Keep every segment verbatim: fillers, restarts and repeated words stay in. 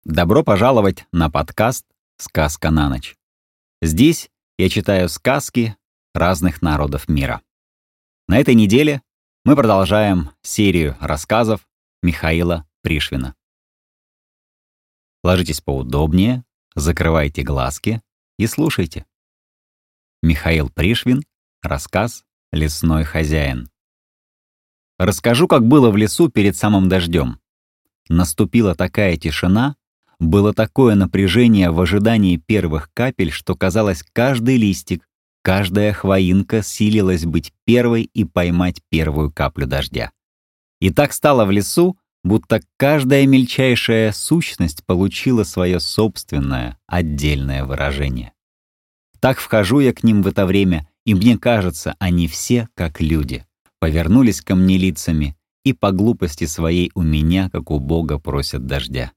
Добро пожаловать на подкаст «Сказка на ночь». Здесь я читаю сказки разных народов мира. На этой неделе мы продолжаем серию рассказов Михаила Пришвина. Ложитесь поудобнее, закрывайте глазки и слушайте. Михаил Пришвин. Рассказ «Лесной хозяин». Расскажу, как было в лесу перед самым дождем. Наступила такая тишина, было такое напряжение в ожидании первых капель, что, казалось, каждый листик, каждая хвоинка силилась быть первой и поймать первую каплю дождя. И так стало в лесу, будто каждая мельчайшая сущность получила свое собственное, отдельное выражение. Так вхожу я к ним в это время, и мне кажется, они все, как люди, повернулись ко мне лицами и по глупости своей у меня, как у Бога, просят дождя.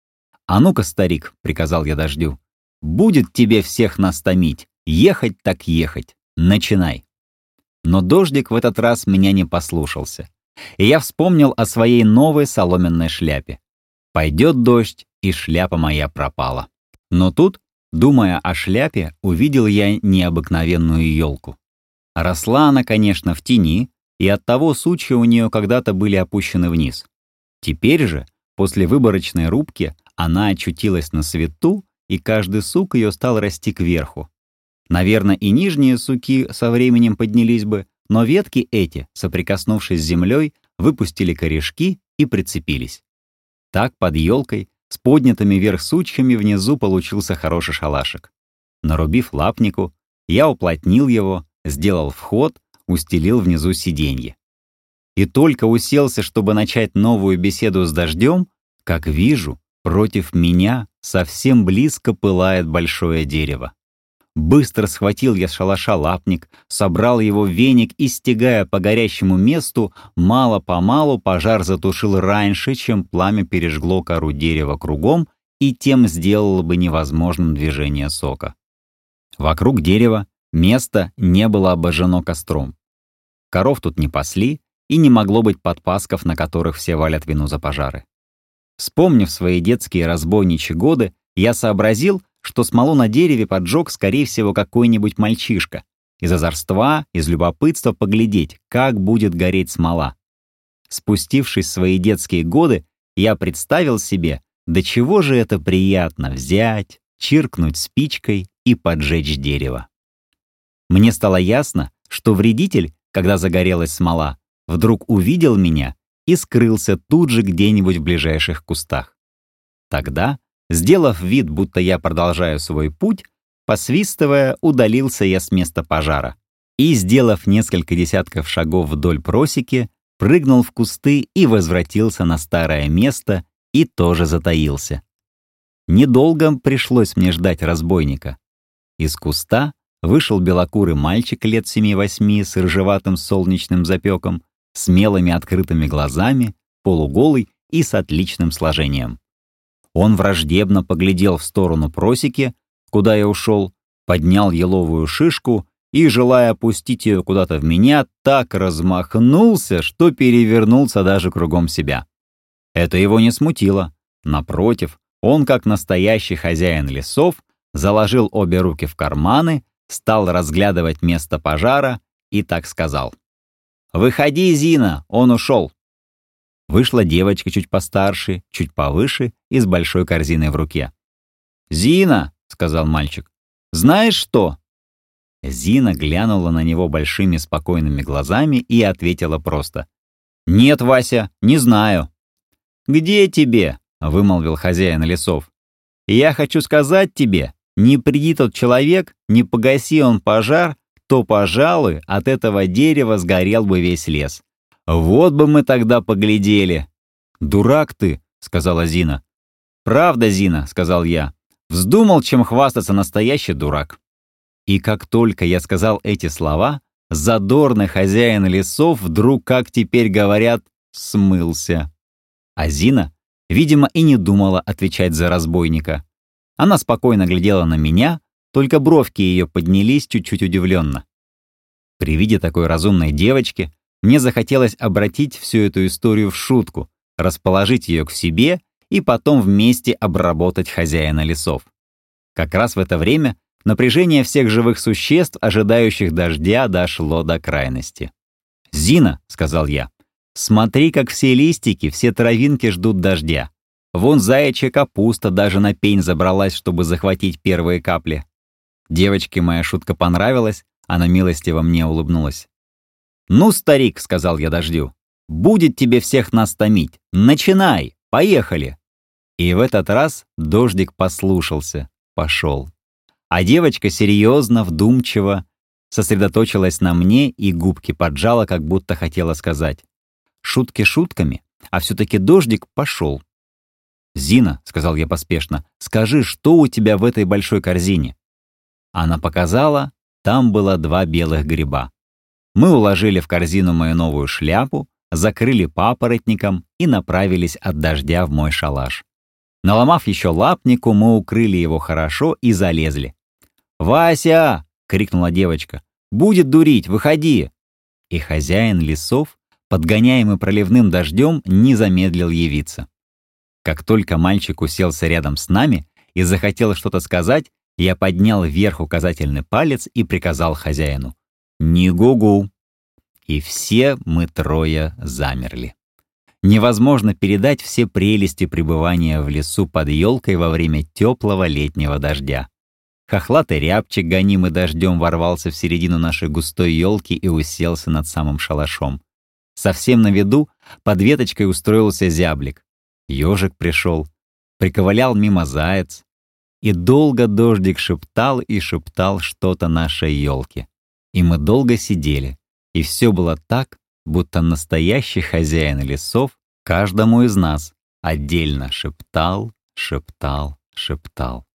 «А ну-ка, старик», — приказал я дождю, — «будет тебе всех нас томить, ехать так ехать, начинай». Но дождик в этот раз меня не послушался, и я вспомнил о своей новой соломенной шляпе. Пойдет дождь, и шляпа моя пропала. Но тут, думая о шляпе, увидел я необыкновенную елку. Росла она, конечно, в тени, и оттого сучья у нее когда-то были опущены вниз. Теперь же, после выборочной рубки, она очутилась на свету, и каждый сук ее стал расти кверху. Наверное, и нижние суки со временем поднялись бы, но ветки эти, соприкоснувшись с землей, выпустили корешки и прицепились. Так под елкой, с поднятыми вверх сучьями, внизу получился хороший шалашик. Нарубив лапнику, я уплотнил его, сделал вход, устелил внизу сиденье. И только уселся, чтобы начать новую беседу с дождем, как вижу, против меня совсем близко пылает большое дерево. Быстро схватил я с шалаша лапник, собрал его в веник и, стегая по горящему месту, мало-помалу пожар затушил раньше, чем пламя пережгло кору дерева кругом и тем сделало бы невозможным движение сока. Вокруг дерева место не было обожжено костром. Коров тут не пасли, и не могло быть подпасков, на которых все валят вину за пожары. Вспомнив свои детские разбойничьи годы, я сообразил, что смолу на дереве поджег, скорее всего, какой-нибудь мальчишка. Из озорства, из любопытства поглядеть, как будет гореть смола. Спустившись в свои детские годы, я представил себе, до чего же это приятно взять, чиркнуть спичкой и поджечь дерево. Мне стало ясно, что вредитель, когда загорелась смола, вдруг увидел меня и скрылся тут же где-нибудь в ближайших кустах. Тогда, сделав вид, будто я продолжаю свой путь, посвистывая, удалился я с места пожара и, сделав несколько десятков шагов вдоль просеки, прыгнул в кусты и возвратился на старое место и тоже затаился. Недолго пришлось мне ждать разбойника. Из куста вышел белокурый мальчик лет семи-восьми с рыжеватым солнечным запеком, смелыми открытыми глазами, полуголый и с отличным сложением. Он враждебно поглядел в сторону просеки, куда я ушел, поднял еловую шишку и, желая опустить ее куда-то в меня, так размахнулся, что перевернулся даже кругом себя. Это его не смутило. Напротив, он, как настоящий хозяин лесов, заложил обе руки в карманы, стал разглядывать место пожара и так сказал: «Выходи, Зина, он ушел». Вышла девочка чуть постарше, чуть повыше и с большой корзиной в руке. «Зина», — сказал мальчик, — «знаешь что?» Зина глянула на него большими спокойными глазами и ответила просто: «Нет, Вася, не знаю». «Где тебе?» — вымолвил хозяин лесов. «Я хочу сказать тебе, не приди тот человек, не погаси он пожар, то, пожалуй, от этого дерева сгорел бы весь лес. Вот бы мы тогда поглядели». «Дурак ты», — сказала Зина. «Правда, Зина», — сказал я. «Вздумал, чем хвастаться, настоящий дурак». И как только я сказал эти слова, задорный хозяин лесов вдруг, как теперь говорят, смылся. А Зина, видимо, и не думала отвечать за разбойника. Она спокойно глядела на меня, только бровки ее поднялись чуть-чуть удивленно. При виде такой разумной девочки мне захотелось обратить всю эту историю в шутку, расположить ее к себе и потом вместе обработать хозяина лесов. Как раз в это время напряжение всех живых существ, ожидающих дождя, дошло до крайности. «Зина», — сказал я, — «смотри, как все листики, все травинки ждут дождя. Вон заячья капуста даже на пень забралась, чтобы захватить первые капли». Девочке моя шутка понравилась, она милостиво мне улыбнулась. «Ну, старик», — сказал я дождю, — «будет тебе всех нас томить. Начинай, поехали». И в этот раз дождик послушался, пошел. А девочка серьезно, вдумчиво сосредоточилась на мне и губки поджала, как будто хотела сказать: «Шутки шутками, а все-таки дождик пошел». «Зина», — сказал я поспешно, — «скажи, что у тебя в этой большой корзине?» Она показала, там было два белых гриба. Мы уложили в корзину мою новую шляпу, закрыли папоротником и направились от дождя в мой шалаш. Наломав еще лапнику, мы укрыли его хорошо и залезли. «Вася!» — крикнула девочка. «Будет дурить, выходи!» И хозяин лесов, подгоняемый проливным дождем, не замедлил явиться. Как только мальчик уселся рядом с нами и захотел что-то сказать, я поднял вверх указательный палец и приказал хозяину: «Не гугу!» И все мы трое замерли. Невозможно передать все прелести пребывания в лесу под елкой во время теплого летнего дождя. Хохлатый рябчик, гонимый дождем, ворвался в середину нашей густой елки и уселся над самым шалашом. Совсем на виду под веточкой устроился зяблик. Ежик пришел, приковылял мимо заяц. И долго дождик шептал и шептал что-то нашей елке. И мы долго сидели, и все было так, будто настоящий хозяин лесов каждому из нас отдельно шептал, шептал, шептал.